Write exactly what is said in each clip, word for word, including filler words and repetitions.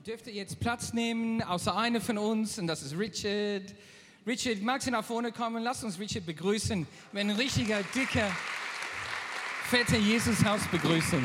dürfte jetzt Platz nehmen, außer einer von uns, und das ist Richard. Richard, magst du nach vorne kommen? Lass uns Richard begrüßen. Wir werden ein richtiger, dicker, fetter Jesushaus begrüßen.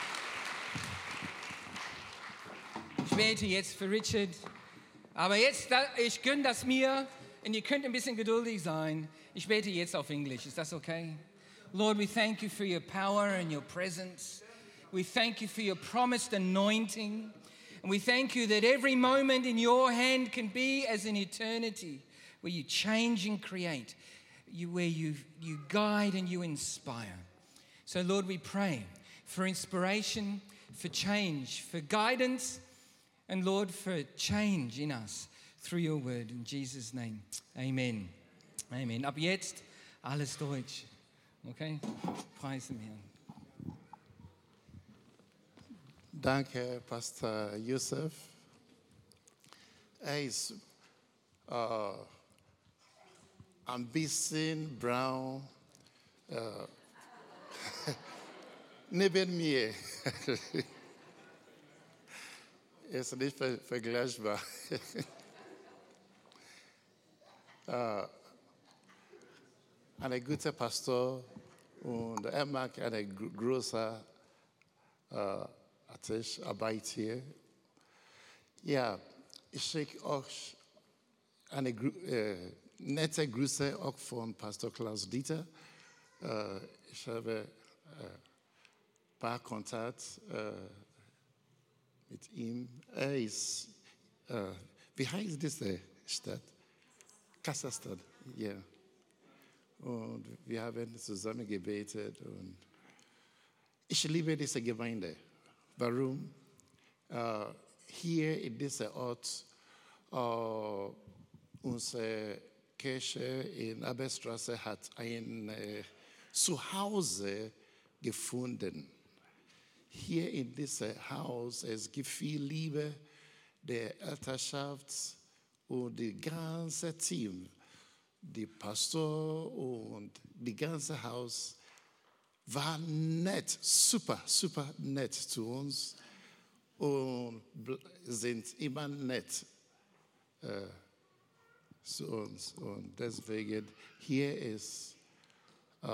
Ich bete jetzt für Richard. Aber jetzt, ich gönne das mir, und ihr könnt ein bisschen geduldig sein. Ich bete jetzt auf Englisch. Is that okay? Lord, we thank you for your power and your presence. We thank you for your promised anointing. And we thank you that every moment in your hand can be as an eternity, where you change and create, you, where you, you guide and you inspire. So, Lord, we pray for inspiration, for change, for guidance, and, Lord, for change in us through your word. In Jesus' name, amen. Amen. Ab jetzt alles Deutsch. Okay? Preis dem Herrn. Danke, Pastor Yusuf. Er ist äh, ein bisschen braun äh, neben mir. Ist nicht ver vergleichbar. äh, ein guter Pastor und er mag eine große äh, Arbeit hier. Ja, ich schicke euch eine äh, nette Grüße auch von Pastor Klaus Dieter. Äh, ich habe ein äh, paar Kontakte äh, mit ihm. Er ist, äh, wie heißt diese Stadt? Kasachstan, ja. Yeah. Und wir haben zusammen gebetet. Und ich liebe diese Gemeinde. Warum? Uh, hier in diesem Ort, uh, unsere Kirche in Aberstraße hat ein uh, Zuhause gefunden. Hier in diesem Haus, es gibt viel Liebe der Elternschaft und das ganze Team, die Pastor und das ganze Haus war nett, super, super nett zu uns und sind immer nett äh, zu uns. Und deswegen hier ist äh,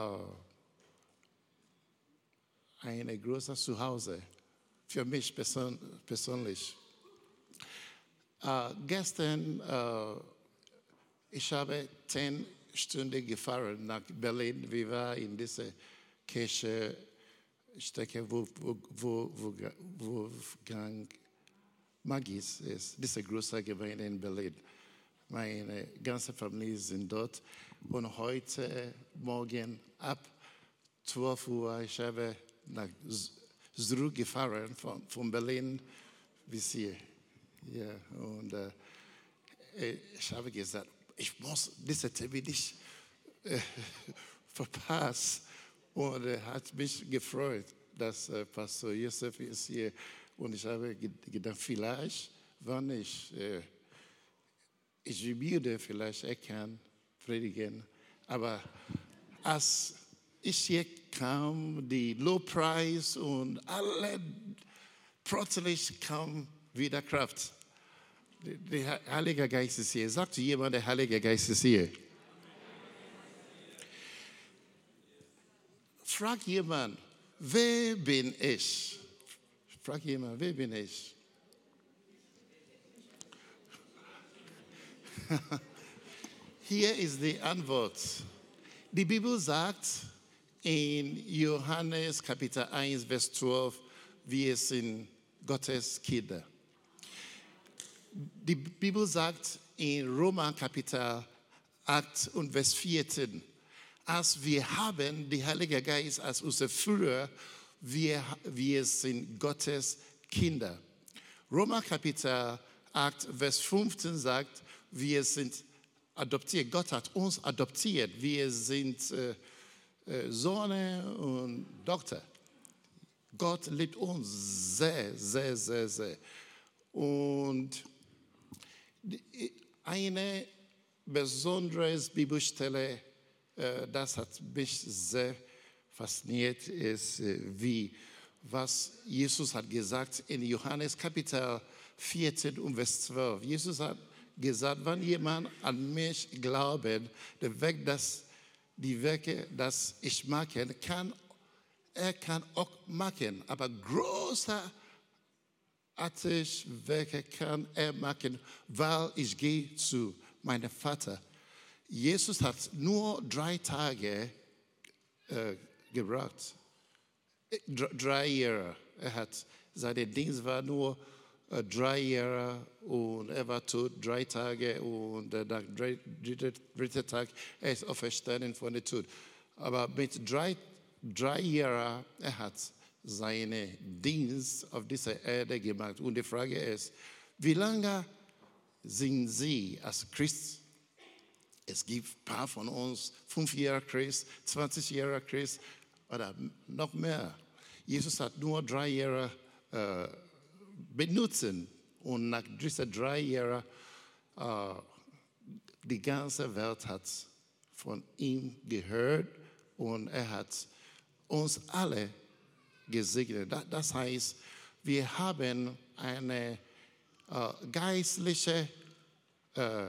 ein großes Zuhause für mich person persönlich. Äh, gestern, äh, ich habe zehn Stunden gefahren nach Berlin. Wir waren in dieser Kirche, ich denke, wo, wo, wo, wo, Wolfgang Magis ist, diese große Gemeinde in Berlin. Meine ganze Familie sind dort. Und heute Morgen ab zwölf Uhr, ich habe nach zurückgefahren von, von Berlin bis hier. Ja, und äh, ich habe gesagt, ich muss diese Termin nicht äh, verpassen. Und er hat mich gefreut, dass äh, Pastor Yusuf ist hier. Und ich habe gedacht, vielleicht, wenn ich, äh, ich würde, vielleicht er kann predigen. Aber als ich hier kam, die Lobpreis und alle, plötzlich kam wieder Kraft. Der Heilige Geist ist hier. Sagt jemand, der Heilige Geist ist hier. Frag jemand, wer bin ich? Frag jemand, wer bin ich? Hier ist die Antwort. Die Bibel sagt in Johannes Kapitel eins, Vers zwölf, wir sind Gottes Kinder. Die Bibel sagt in Römer Kapitel acht und Vers vierzehn, als wir haben den Heiligen Geist als unser Führer, wir, wir sind Gottes Kinder. Römer Kapitel acht, Vers fünfzehn sagt, wir sind adoptiert. Gott hat uns adoptiert. Wir sind äh, äh, Söhne und Tochter. Gott liebt uns sehr, sehr, sehr, sehr. Und eine besondere Bibelstelle, äh, das hat mich sehr fasziniert, ist, äh, wie was Jesus hat gesagt in Johannes Kapitel vierzehn und Vers zwölf. Jesus hat gesagt, wenn jemand an mich glaubt, der Weg, das, die Werke, das ich mache, kann, er kann auch machen. Aber großartige Werke kann er machen, weil ich gehe zu meinem Vater. Jesus hat nur drei Tage äh, gebraucht. Drei Jahre. Er hat, sein Dienst war nur äh, drei Jahre und er war tot, drei Tage und äh, nach drei, dritter, dritter Tag er ist auferstanden von der Tod. Aber mit drei, drei Jahren er hat seinen Dienst auf dieser Erde gemacht. Und die Frage ist, wie lange sind Sie als Christ? Es gibt ein paar von uns, fünf Jahre Christ, zwanzig Jahre Christ oder noch mehr. Jesus hat nur drei Jahre äh, benutzt und nach diesen drei Jahren äh, die ganze Welt hat von ihm gehört und er hat uns alle gesegnet. Das heißt, wir haben eine äh, geistliche äh,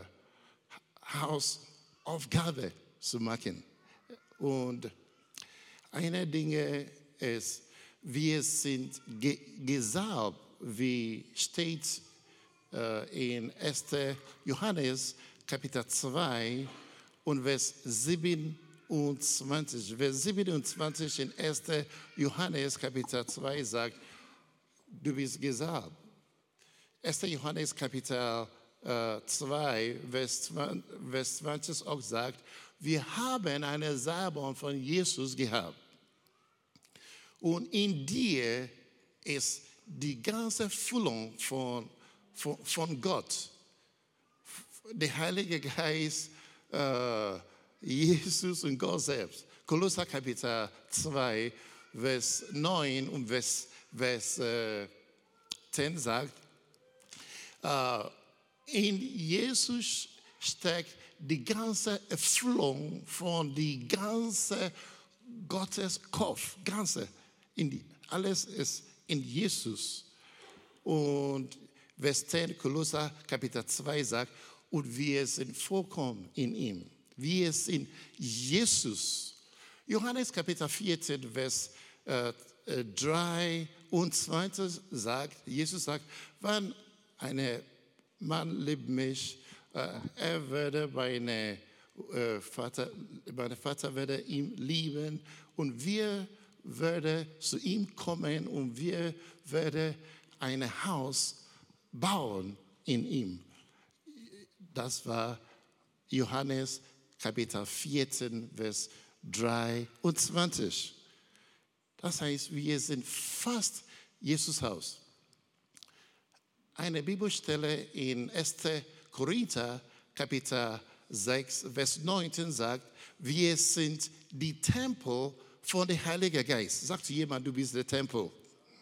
Hausaufgabe zu machen. Und eine Dinge ist, wir sind ge gesalbt, wie steht äh, in erster Johannes Kapitel zwei und Vers siebenundzwanzig. Vers siebenundzwanzig in erster Johannes Kapitel zwei sagt, du bist gesalbt. erster Johannes Kapitel zwei, Vers zwanzig auch sagt, wir haben eine Salbung von Jesus gehabt. Und in dir ist die ganze Füllung von, von, von Gott. Der Heilige Geist, äh, Jesus und Gott selbst. Kolosser Kapitel zwei, Vers neun und Vers, Vers äh, zehn sagt, äh, in Jesus steckt die ganze Erfüllung von die ganze Gottes Kopf, ganze, in die, alles ist in Jesus. Und Vers zehn, Kolosser Kapitel zwei sagt, und wir sind vollkommen in ihm. Wir sind Jesus. Johannes Kapitel vierzehn, Vers äh, dreiundzwanzig sagt, Jesus sagt, wenn ein Mann liebt mich, äh, er werde meine äh, Vater, mein Vater werde ihn lieben und wir werden zu ihm kommen und wir werden ein Haus bauen in ihm. Das war Johannes Kapitel vierzehn, Vers dreiundzwanzig. Das heißt, wir sind fast Jesus Haus. Eine Bibelstelle in erster Korinther, Kapitel sechs, Vers neunzehn sagt, wir sind die Tempel von dem Heiligen Geist. Sagt jemand, du bist der Tempel.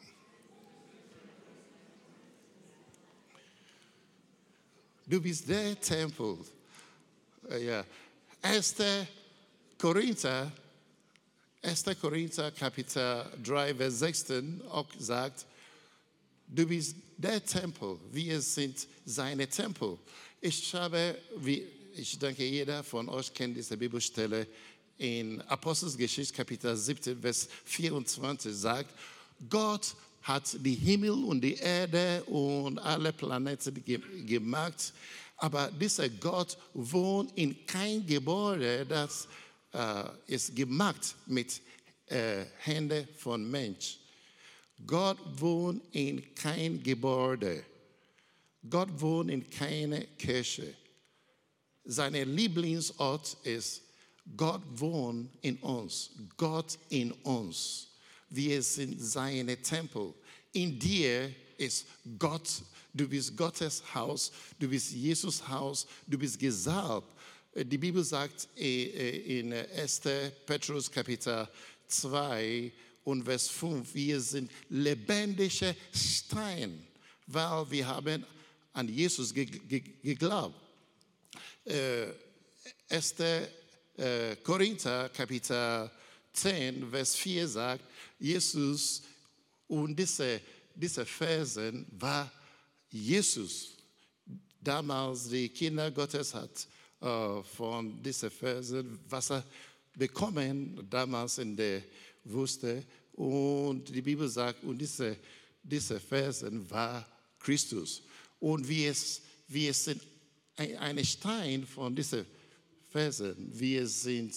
Du bist der Tempel. Ja. erster Korinther, erster Korinther, Kapitel drei, Vers sechzehn auch sagt, du bist der Tempel, wir sind seine Tempel. Ich habe, wie ich denke, jeder von euch kennt diese Bibelstelle in Apostelgeschichte, Kapitel siebzehn, Vers vierundzwanzig, sagt, Gott hat die Himmel und die Erde und alle Planeten ge gemacht, aber dieser Gott wohnt in kein Gebäude, das äh, ist gemacht mit äh, Händen von Menschen. Gott wohnt in kein Gebäude. Gott wohnt in keine Kirche. Sein Lieblingsort ist, Gott wohnt in uns. Gott in uns. Wir sind seine Tempel. In dir ist Gott. Du bist Gottes Haus. Du bist Jesus Haus. Du bist gesalbt. Die Bibel sagt in erster Petrus Kapitel zwei, und Vers fünf, wir sind lebendige Steine, weil wir haben an Jesus ge ge geglaubt. Äh, erster Äh, Korinther, Kapitel zehn, Vers vier sagt, Jesus und diese, diese Versen war Jesus damals die Kinder Gottes hat äh, von diesen Versen Wasser bekommen, damals in der Wüste. Und die Bibel sagt, und diese, diese Versen war Christus. Und wir, wir sind ein Stein von diesen Versen. Wir sind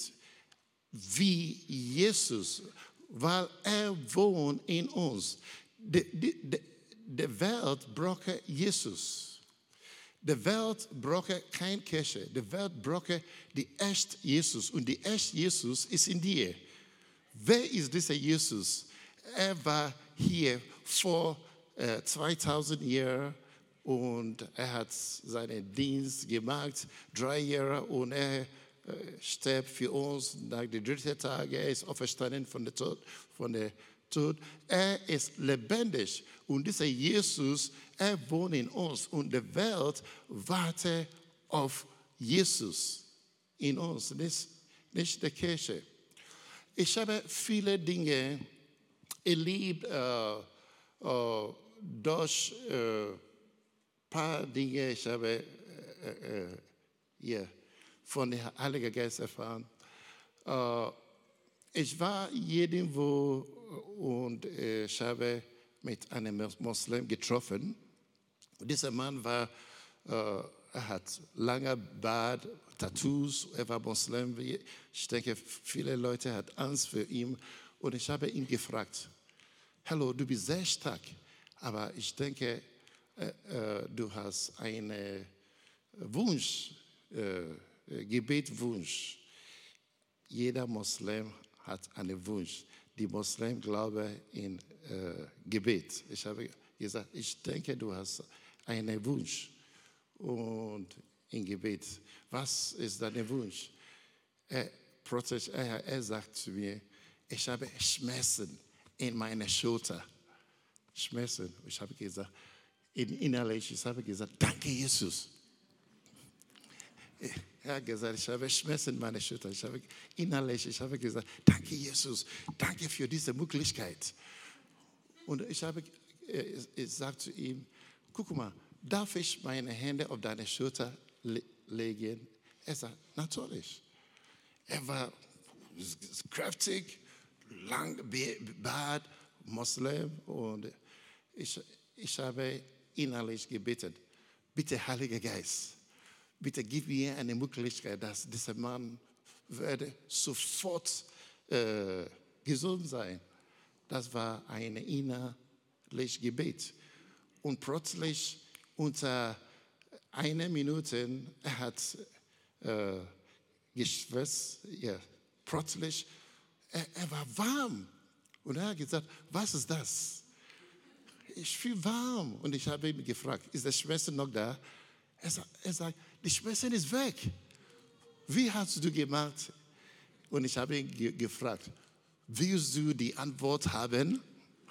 wie Jesus, weil er wohnt in uns. Die, die, die, die Welt braucht Jesus. Die Welt braucht keine Kirche. Die Welt braucht die echte Jesus. Und die echte Jesus ist in dir. Wer ist dieser Jesus? Er war hier vor äh, zweitausend Jahren und er hat seinen Dienst gemacht, drei Jahre, und er äh, stirbt für uns nach dem dritten Tag. Er ist auferstanden von der Tod, von der Tod. Er ist lebendig und dieser Jesus, er wohnt in uns und die Welt wartet auf Jesus in uns, nicht, nicht die Kirche. Ich habe viele Dinge erlebt äh, äh, durch ein äh, paar Dinge. Ich habe äh, äh, yeah, von dem Heiligen Geist erfahren. Äh, ich war irgendwo und äh, ich habe mit einem Moslem getroffen. Dieser Mann war, äh, er hat lange Bart, Tattoos, er war Moslem. Ich denke, viele Leute hatten Angst für ihn. Und ich habe ihn gefragt, hallo, du bist sehr stark, aber ich denke, äh, äh, du hast einen Wunsch, äh, Gebetwunsch. Jeder Moslem hat einen Wunsch. Die Moslem glauben in äh, Gebet. Ich habe gesagt, ich denke, du hast einen Wunsch und in Gebet. Was ist dein Wunsch? Er, er, er sagt zu mir, ich habe Schmerzen in meiner Schulter. Schmerzen. Ich habe gesagt, innerlich, ich habe gesagt, danke Jesus. Er hat gesagt, ich habe Schmerzen in meiner Schulter. Ich habe innerlich, ich habe gesagt, danke Jesus, danke für diese Möglichkeit. Und ich habe, ich sage zu ihm, guck mal, darf ich meine Hände auf deine Schulter le- legen? Er sagt, natürlich. Er war kräftig, lang Bart, Moslem, und ich, ich habe innerlich gebetet, bitte Heiliger Geist, bitte gib mir eine Möglichkeit, dass dieser Mann werde sofort äh, gesund sein. Das war ein innerliches Gebet. Und plötzlich unter einer Minute, er hat äh, geschwitzt, ja, plötzlich, er, er war warm. Und er hat gesagt, was ist das? Ich fühle warm. Und ich habe ihn gefragt, ist der Schwester noch da? Er sagt, er sagt, die Schwester ist weg. Wie hast du gemacht? Und ich habe ihn ge- gefragt, willst du die Antwort haben?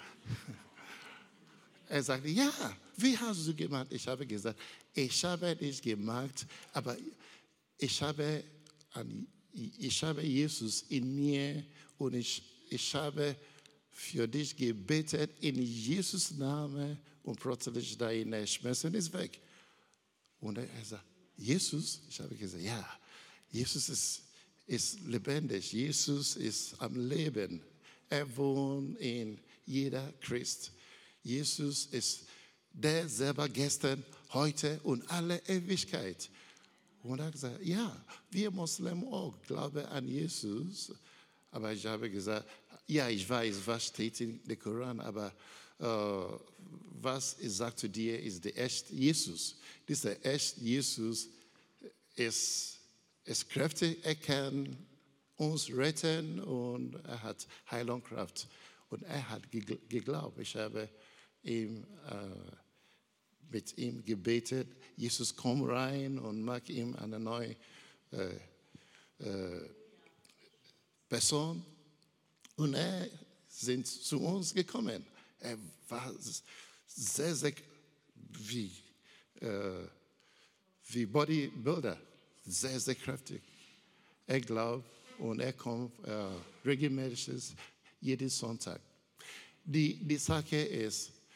Er sagte, ja, wie hast du gemacht? Ich habe gesagt, ich habe nicht gemacht, aber ich habe, ich habe Jesus in mir und ich, ich habe für dich gebetet in Jesus' Namen und plötzlich deine Schmerzen ist weg. Und er sagt, Jesus? Ich habe gesagt, ja, Jesus ist, ist lebendig, Jesus ist am Leben. Er wohnt in jeder Christ. Jesus ist der selber gestern, heute und alle Ewigkeit. Und er hat gesagt, ja, wir Muslimen auch glauben an Jesus. Aber ich habe gesagt, ja, ich weiß, was steht in dem Koran, aber äh, was ich sage zu dir, ist der echte Jesus. Dieser echte Jesus ist, ist kräftig, er kann uns retten und er hat Heilungskraft. Und er hat geglaubt. Ich habe ihm, äh, mit ihm gebetet, Jesus, komm rein und mach ihm eine neue äh, äh, Person. Und er ist zu uns gekommen. Er war sehr, sehr wie, äh, wie Bodybuilder, sehr, sehr kräftig. Er glaubt und er kommt äh, regelmäßig jeden Sonntag. Die, die Sache ist,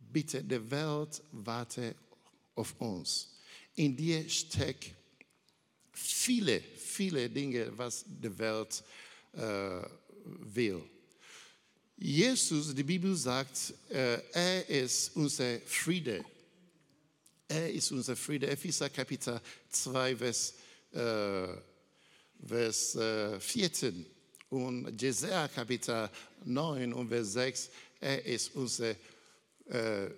bitte, die Welt wartet auf uns. In dir steckt viele, viele Dinge, was die Welt äh, will. Jesus, die Bibel sagt, äh, er ist unser Friede. Er ist unser Friede. Epheser Kapitel zwei, Vers, äh, Vers äh, vierzehn. Und Jesaja Kapitel neun und Vers sechs. Er ist unser äh,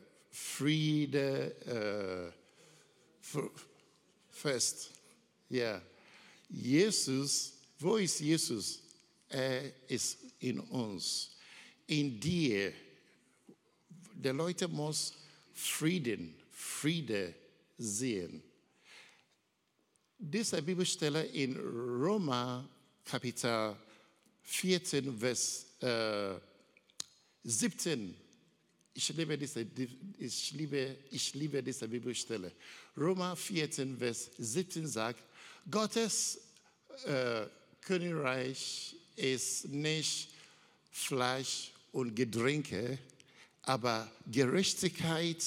Friede äh, fest. Ja. Jesus, wo ist Jesus? Er ist in uns. In dir. Die Leute müssen Frieden, Friede sehen. Diese Bibelstelle in Römer Kapitel vierzehn, Vers äh, siebzehn. Ich liebe, diese, ich, liebe, ich liebe diese Bibelstelle. Römer vierzehn, Vers siebzehn sagt, Gottes äh, Königreich ist nicht Fleisch und Getränke, aber Gerechtigkeit,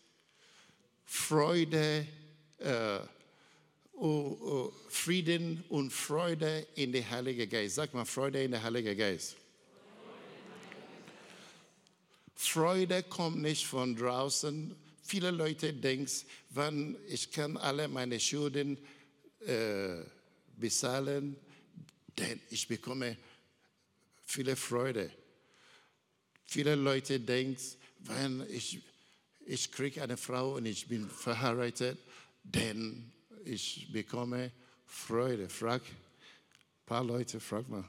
Freude, äh, oh, oh, Frieden und Freude in den Heiligen Geist. Sag mal, Freude in den Heiligen Geist. Freude kommt nicht von draußen. Viele Leute denken, wenn ich kann alle meine Schulden äh, bezahlen, dann ich bekomme viele Freude. Viele Leute denken, wenn ich, ich kriege eine Frau und ich bin verheiratet, dann ich bekomme Freude. Frag ein paar Leute, frag mal.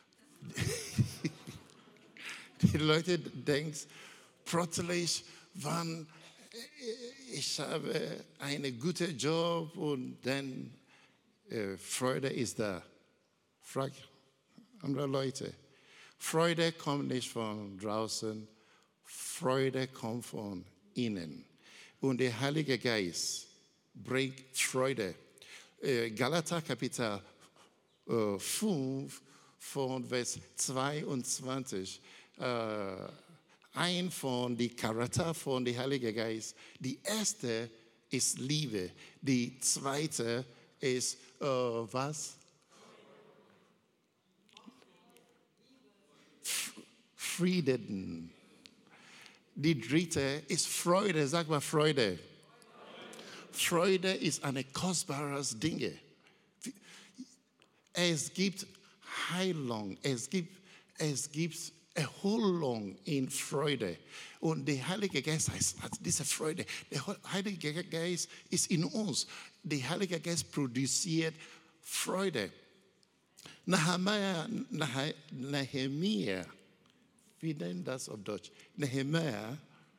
Die Leute denken plötzlich, wann ich habe einen guten Job und dann äh, Freude ist da. Frag andere Leute. Freude kommt nicht von draußen, Freude kommt von innen. Und der Heilige Geist bringt Freude. Äh, Galater Kapitel äh, fünf von Vers zweiundzwanzig. Äh, ein von den Charakter von dem Heiligen Geist. Die erste ist Liebe. Die zweite ist äh, was? Frieden. Die dritte ist Freude. Sag mal Freude. Freude ist ein kostbares Ding. Es gibt Heilung. Es gibt, es gibt Erholung in Freude. Und der Heilige Geist hat diese Freude. Der Heilige Geist ist in uns. Der Heilige Geist produziert Freude. Nehemiah, Nehemiah, wie nennt das auf Deutsch? Nehemiah,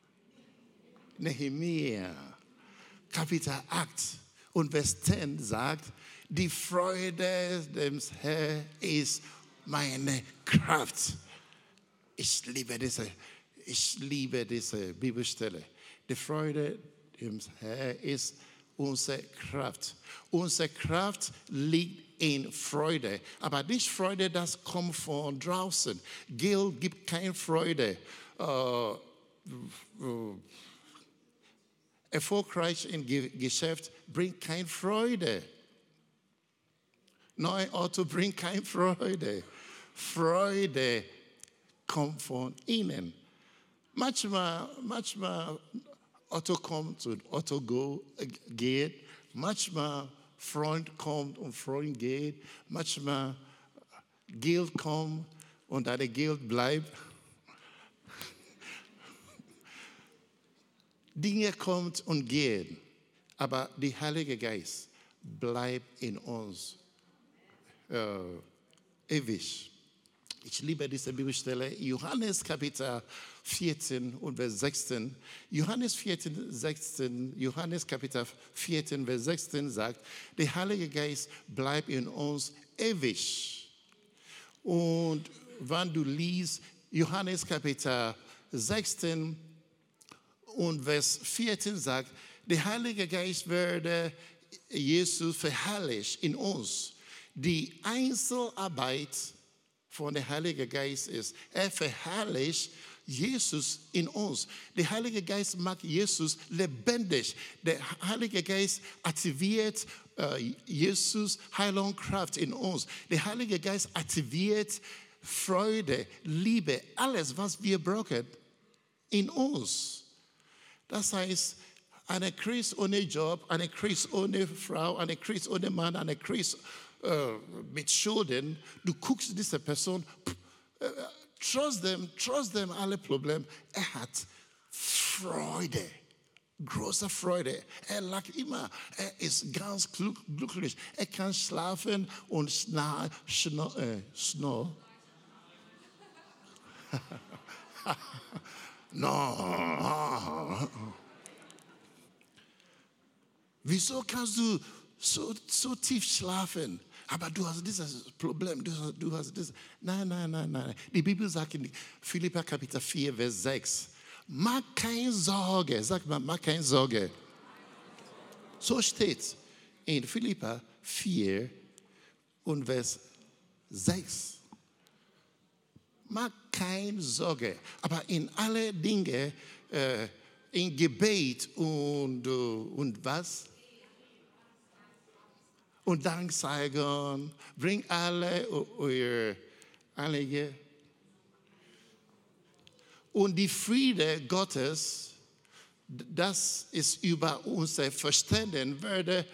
Nehemiah, Kapitel acht und Vers zehn sagt, die Freude des Herrn ist meine Kraft. Ich liebe diese, ich liebe diese Bibelstelle. Die Freude des Herrn ist unsere Kraft. Unsere Kraft liegt in Freude. Aber nicht Freude, das kommt von draußen. Geld gibt keine Freude. Uh, uh, erfolgreich im Ge- Geschäft bringt keine Freude. Neue Auto bringt keine Freude. Freude kommt von innen. Manchmal, manchmal Auto kommt und Auto go, äh, geht. Manchmal Freund kommt und Freund geht. Manchmal Geld kommt und das Geld bleibt. Dinge kommen und gehen, aber der Heilige Geist bleibt in uns äh, ewig. Ich liebe diese Bibelstelle, Johannes Kapitel vierzehn und Vers sechzehn. Johannes vierzehn, sechzehn, Johannes Kapitel vierzehn, Vers sechzehn sagt, der Heilige Geist bleibt in uns ewig. Und wenn du liest, Johannes Kapitel sechzehn und Vers vierzehn sagt, der Heilige Geist werde Jesus verherrlicht in uns. Die Einzelarbeit von der Heilige Geist ist, er verherrlicht Jesus in uns. Der Heilige Geist macht Jesus lebendig. Der Heilige Geist aktiviert äh, Jesus Heilungskraft in uns. Der Heilige Geist aktiviert Freude, Liebe, alles, was wir brauchen, in uns. Das heißt, eine Christ ohne Job, eine Christ ohne Frau, eine Christ ohne Mann, eine Christ äh, mit Schulden, du guckst diese Person, äh, trust them, trust them, alle Probleme. Er hat Freude, große Freude. Er lacht immer, er ist ganz glücklich. Er kann schlafen und schnarchen, schnor, äh, schnor. No. Wieso kannst du so, so tief schlafen? Aber du hast dieses Problem, du hast, du hast dieses. Nein, nein, nein, nein. Die Bibel sagt in Philipper Kapitel vier, Vers sechs, mach keine Sorge. Sag mal, mach keine Sorge. So steht in Philipper vier und Vers sechs. Mach keine Sorge, aber in alle Dinge, äh, in Gebet und, und was? Und Danksagen, bring alle eure Anliegen. Und die Friede Gottes, das ist über unser Verständnis, werde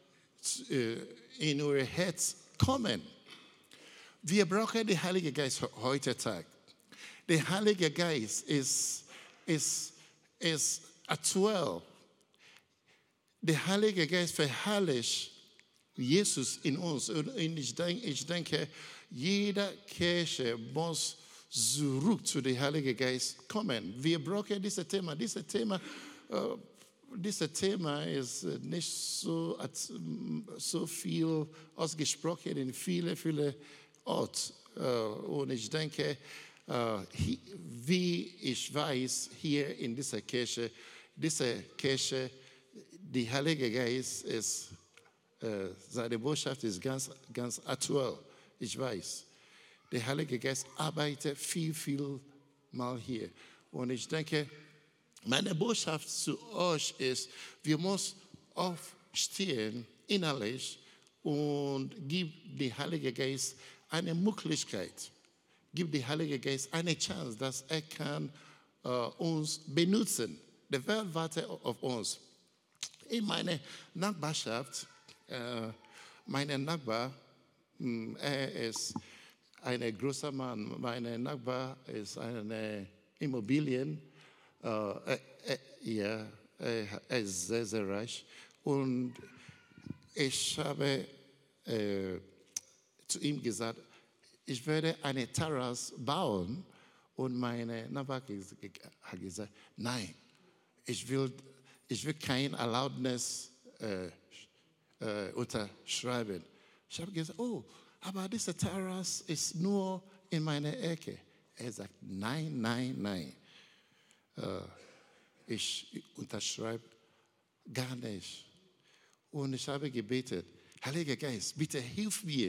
in euer Herz kommen. Wir brauchen den Heiligen Geist heute Tag. Der Heilige Geist ist, ist, ist aktuell. Der Heilige Geist verherrlicht Jesus in uns. Und ich denke, ich denke, jede Kirche muss zurück zu dem Heiligen Geist kommen. Wir brauchen dieses Thema. Dieses Thema, uh, dieses Thema ist nicht so, so viel ausgesprochen in vielen, vielen Ort. Und ich denke, wie ich weiß, hier in dieser Kirche, diese Kirche, der Heilige Geist ist, seine Botschaft ist ganz, ganz aktuell. Ich weiß. Der Heilige Geist arbeitet viel, viel mal hier. Und ich denke, meine Botschaft zu euch ist, wir müssen aufstehen innerlich und geben dem Heiligen Geist eine Möglichkeit, gibt der Heilige Geist eine Chance, dass er kann äh, uns benutzen. Die Welt wartet auf uns. In meiner Nachbarschaft, äh, mein Nachbar, mh, er ist ein großer Mann. Mein Nachbar ist eine Immobilien. Äh, äh, äh, ja, er ist sehr, sehr reich. Und ich habe äh, zu ihm gesagt, ich werde eine Terrasse bauen. Und meine Nachbar hat gesagt, nein, ich will, ich will kein Erlaubnis äh, äh, unterschreiben. Ich habe gesagt, oh, aber diese Terrasse ist nur in meiner Ecke. Er sagt, nein, nein, nein. Äh, ich unterschreibe gar nicht. Und ich habe gebetet, Heiliger Geist, bitte hilf mir.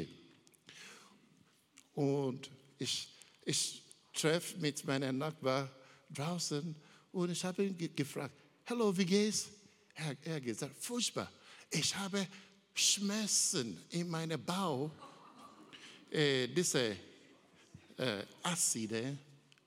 Und ich, ich treffe mit meinem Nachbar draußen und ich habe ihn ge- gefragt, hallo, wie geht's? Er, er hat gesagt, furchtbar. Ich habe Schmerzen in meinem Bauch. Äh, diese äh, Acide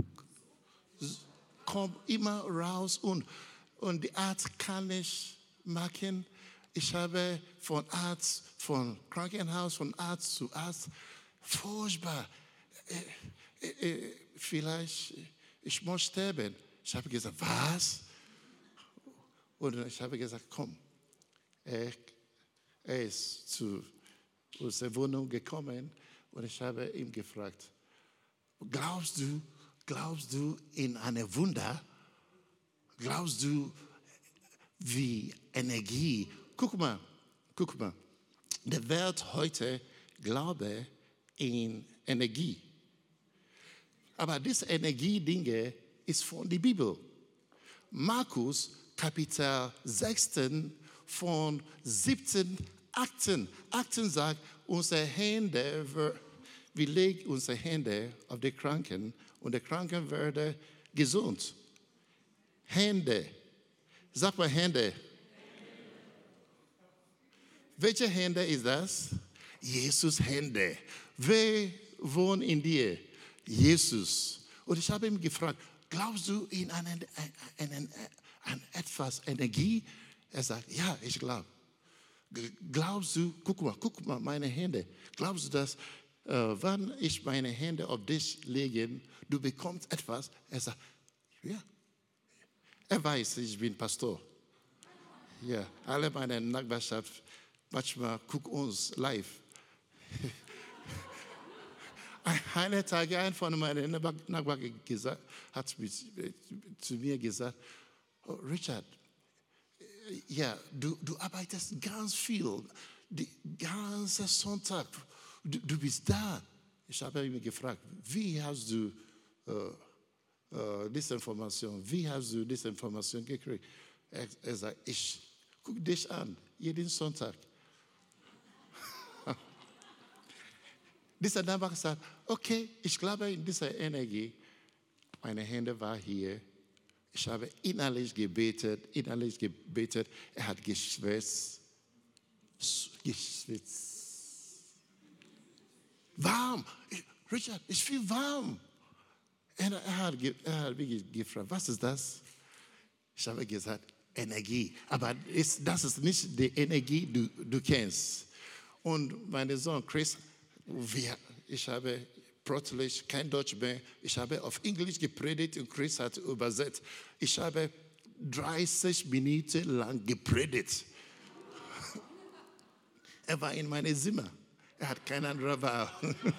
kommt immer raus und, und die Arzt kann nicht machen. Ich habe von Arzt, von Krankenhaus, von Arzt zu Arzt, furchtbar. Äh, äh, vielleicht, ich muss sterben. Ich habe gesagt, was? Und ich habe gesagt, komm. Er, er ist zu unserer Wohnung gekommen und ich habe ihn gefragt, glaubst du, glaubst du in eine Wunder? Glaubst du, wie Energie? Guck mal, guck mal. Der Welt heute glaube in Energie. Aber diese Energiedinge ist von der Bibel. Markus Kapitel sechzehn von siebzehn Akten. Akten sagt, unsere Hände, wir legen unsere Hände auf die Kranken und die Kranken werden gesund. Hände. Sag mal Hände. Welche Hände ist das? Jesus Hände. Wer wohnt in dir? Jesus. Und ich habe ihn gefragt, glaubst du in einen, einen, an etwas Energie? Er sagt, ja, ich glaube. Glaubst du, guck mal, guck mal, meine Hände. Glaubst du, dass, äh, wenn ich meine Hände auf dich lege, du bekommst etwas? Er sagt, ja. Er weiß, ich bin Pastor. Ja, alle meine Nachbarschaft, manchmal gucken uns live. Einen Tag, ein von meinen Nachbarn gesagt, hat zu mir gesagt, oh, Richard, ja, du, du arbeitest ganz viel, den ganzen Sonntag, du, du bist da. Ich habe ihn gefragt, wie hast du äh, äh, diese Information, wie hast du diese Information gekriegt? Er, er sagt, ich gucke dich an, jeden Sonntag. Dieser Nachbar sagt, okay, ich glaube in dieser Energie, meine Hände waren hier, ich habe innerlich gebetet, innerlich gebetet, er hat geschwitzt, geschwitzt. Warm, ich, Richard, ich fühle warm. Er, er, hat, er hat mich gefragt, was ist das? Ich habe gesagt, Energie, aber ist, das ist nicht die Energie, die du, du kennst. Und mein Sohn Chris, Wir, ich habe plötzlich kein Deutsch mehr. Ich habe auf Englisch gepredigt und Chris hat übersetzt. Ich habe dreißig Minuten lang gepredigt. Er war in meinem Zimmer. Er hat keine andere Wahl.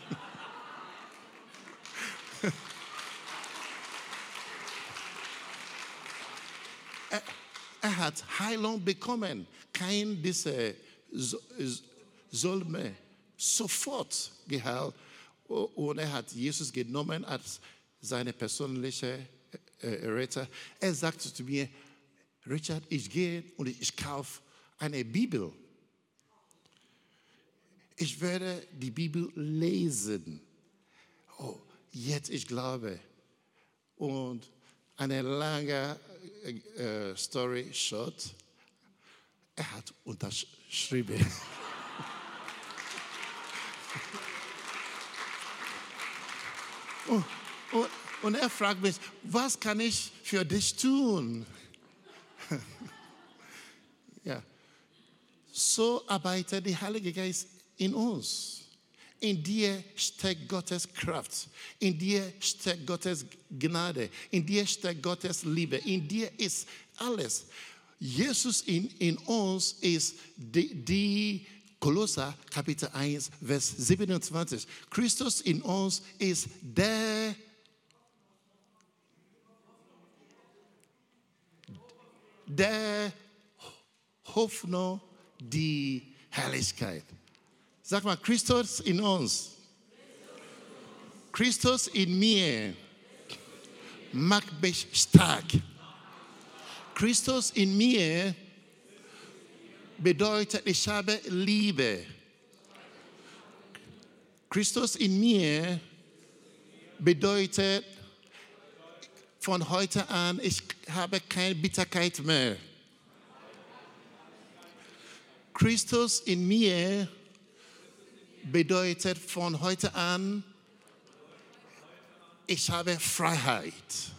er, er hat Heilung bekommen. Kein dieser soll mehr. Sofort geheilt und er hat Jesus genommen als seine persönliche Retter. Er sagte zu mir, Richard, ich gehe und ich kaufe eine Bibel. Ich werde die Bibel lesen. Oh, jetzt ich glaube. Und eine lange äh, Story short, er hat unterschrieben. Und, und, und er fragt mich, was kann ich für dich tun? Ja. So arbeitet der Heilige Geist in uns. In dir steckt Gottes Kraft. In dir steckt Gottes Gnade. In dir steckt Gottes Liebe. In dir ist alles. Jesus in, in uns ist die, die Kolosser Kapitel eins, Vers siebenundzwanzig. Christus in uns ist der, der Hoffnung, die Herrlichkeit. Sag mal, Christus in uns. Christus in mir macht mich stark. Christus in mir bedeutet, ich habe Liebe. Christus in mir bedeutet, von heute an, ich habe keine Bitterkeit mehr. Christus in mir bedeutet, von heute an, ich habe Freiheit.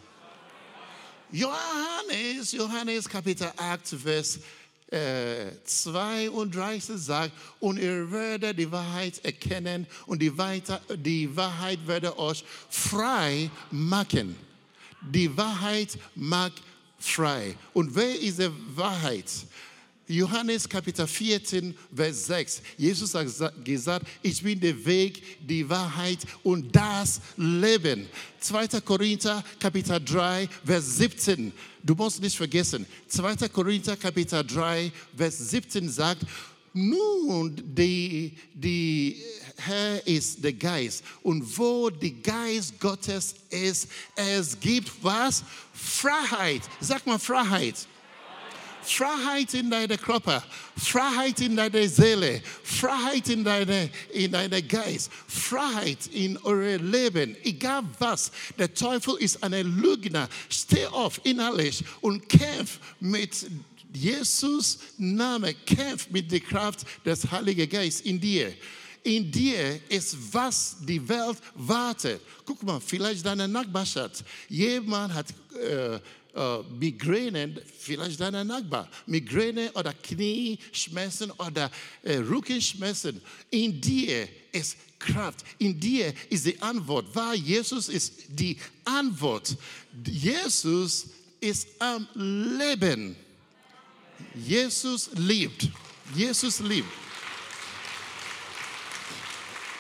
Johannes, Johannes Kapitel acht, Vers zweiunddreißig sagt, und ihr werdet die Wahrheit erkennen und die, weiter, die Wahrheit werde euch frei machen. Die Wahrheit macht frei. Und wer ist die Wahrheit? Johannes Kapitel vierzehn, Vers sechs. Jesus hat gesagt, ich bin der Weg, die Wahrheit und das Leben. zweiter Korinther Kapitel drei, Vers siebzehn. Du musst nicht vergessen. zweiter Korinther Kapitel drei, Vers siebzehn sagt, nun, die, die Herr ist der Geist. Und wo der Geist Gottes ist, es gibt was? Freiheit. Sag mal Freiheit. Freiheit in deinem Körper, Freiheit in deiner Seele, Freiheit in deinem in deine Geist, Freiheit in eurem Leben. Egal was, der Teufel ist ein Lügner. Steh auf innerlich und kämpf mit Jesus' Name, kämpf mit der Kraft des Heiligen Geistes in dir. In dir ist, was die Welt wartet. Guck mal, vielleicht deine Nachbarschaft. Jemand hat äh, äh, Migräne, vielleicht deine Nachbar. Migräne oder Knieschmerzen oder äh, Rückenschmerzen. In dir ist Kraft. In dir ist die Antwort. Weil Jesus ist die Antwort. Jesus ist am Leben. Jesus liebt. Jesus liebt.